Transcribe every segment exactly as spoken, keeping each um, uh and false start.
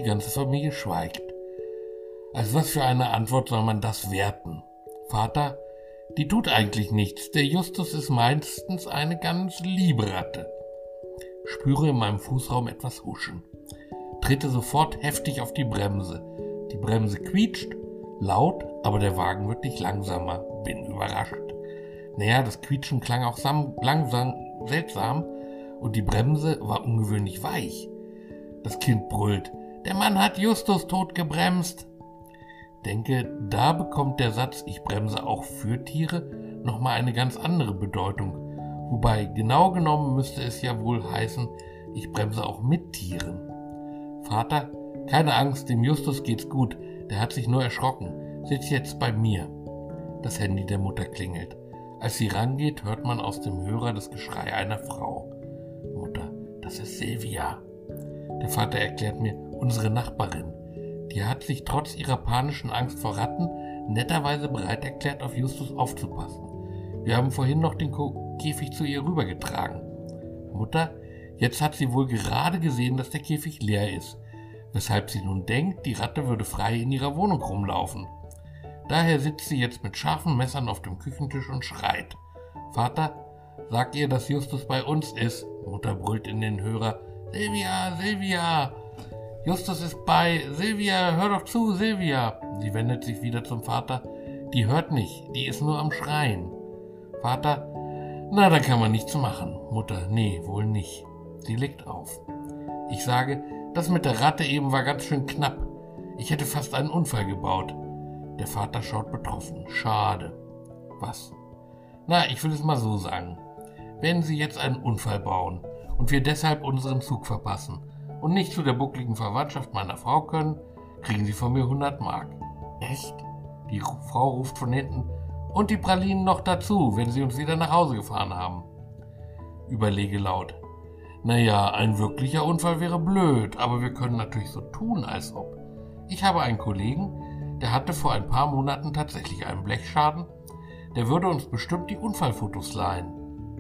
Die ganze Familie schweigt. Als was für eine Antwort soll man das werten? Vater, die tut eigentlich nichts. Der Justus ist meistens eine ganz liebe Ratte. Spüre in meinem Fußraum etwas huschen. Trete sofort heftig auf die Bremse. Die Bremse quietscht, laut, aber der Wagen wird nicht langsamer. Bin überrascht. Naja, das Quietschen klang auch sam- langsam, seltsam und die Bremse war ungewöhnlich weich. Das Kind brüllt, der Mann hat Justus tot gebremst. Denke, da bekommt der Satz, ich bremse auch für Tiere, nochmal eine ganz andere Bedeutung. Wobei, genau genommen müsste es ja wohl heißen, ich bremse auch mit Tieren. Vater, keine Angst, dem Justus geht's gut, der hat sich nur erschrocken. Sitz jetzt bei mir. Das Handy der Mutter klingelt. Als sie rangeht, hört man aus dem Hörer das Geschrei einer Frau. Mutter, das ist Silvia. Der Vater erklärt mir, unsere Nachbarin. Die hat sich trotz ihrer panischen Angst vor Ratten netterweise bereit erklärt, auf Justus aufzupassen. Wir haben vorhin noch den Ko- Käfig zu ihr rübergetragen. Mutter, jetzt hat sie wohl gerade gesehen, dass der Käfig leer ist, weshalb sie nun denkt, die Ratte würde frei in ihrer Wohnung rumlaufen. Daher sitzt sie jetzt mit scharfen Messern auf dem Küchentisch und schreit. Vater, sag ihr, dass Justus bei uns ist. Mutter brüllt in den Hörer. Silvia, Silvia! Justus ist bei. Silvia, hör doch zu, Silvia! Sie wendet sich wieder zum Vater. Die hört nicht, die ist nur am Schreien. Vater, na, da kann man nichts machen. Mutter, nee, wohl nicht. Sie legt auf. Ich sage, das mit der Ratte eben war ganz schön knapp. Ich hätte fast einen Unfall gebaut. Der Vater schaut betroffen. Schade. Was? Na, ich will es mal so sagen. Wenn Sie jetzt einen Unfall bauen und wir deshalb unseren Zug verpassen und nicht zu der buckligen Verwandtschaft meiner Frau können, kriegen Sie von mir hundert Mark. Echt? Die Frau ruft von hinten. Und die Pralinen noch dazu, wenn Sie uns wieder nach Hause gefahren haben. Überlege laut. Naja, ein wirklicher Unfall wäre blöd, aber wir können natürlich so tun, als ob. Ich habe einen Kollegen, der hatte vor ein paar Monaten tatsächlich einen Blechschaden. Der würde uns bestimmt die Unfallfotos leihen.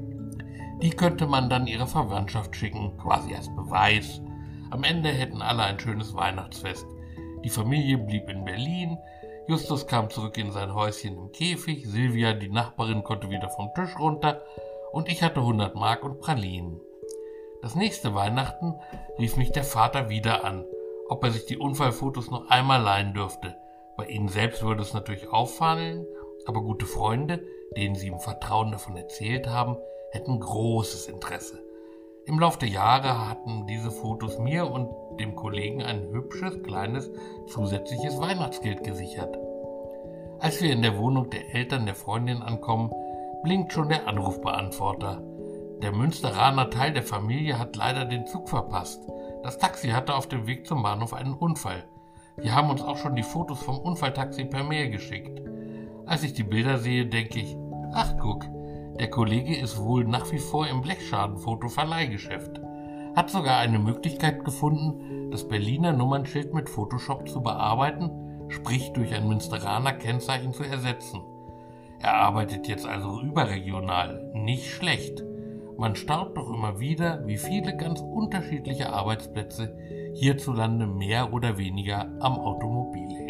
Die könnte man dann ihrer Verwandtschaft schicken, quasi als Beweis. Am Ende hätten alle ein schönes Weihnachtsfest. Die Familie blieb in Berlin, Justus kam zurück in sein Häuschen im Käfig, Silvia, die Nachbarin, konnte wieder vom Tisch runter und ich hatte hundert Mark und Pralinen. Das nächste Weihnachten rief mich der Vater wieder an, ob er sich die Unfallfotos noch einmal leihen dürfte. Bei ihnen selbst würde es natürlich auffallen, aber gute Freunde, denen sie im Vertrauen davon erzählt haben, hätten großes Interesse. Im Laufe der Jahre hatten diese Fotos mir und dem Kollegen ein hübsches, kleines, zusätzliches Weihnachtsgeld gesichert. Als wir in der Wohnung der Eltern der Freundin ankommen, blinkt schon der Anrufbeantworter. Der Münsteraner Teil der Familie hat leider den Zug verpasst. Das Taxi hatte auf dem Weg zum Bahnhof einen Unfall. Wir haben uns auch schon die Fotos vom Unfalltaxi per Mail geschickt. Als ich die Bilder sehe, denke ich, ach guck, der Kollege ist wohl nach wie vor im Blechschadenfoto-Verleihgeschäft. Hat sogar eine Möglichkeit gefunden, das Berliner Nummernschild mit Photoshop zu bearbeiten, sprich durch ein Münsteraner Kennzeichen zu ersetzen. Er arbeitet jetzt also überregional, nicht schlecht. Man staunt doch immer wieder, wie viele ganz unterschiedliche Arbeitsplätze hierzulande mehr oder weniger am Automobil hängen.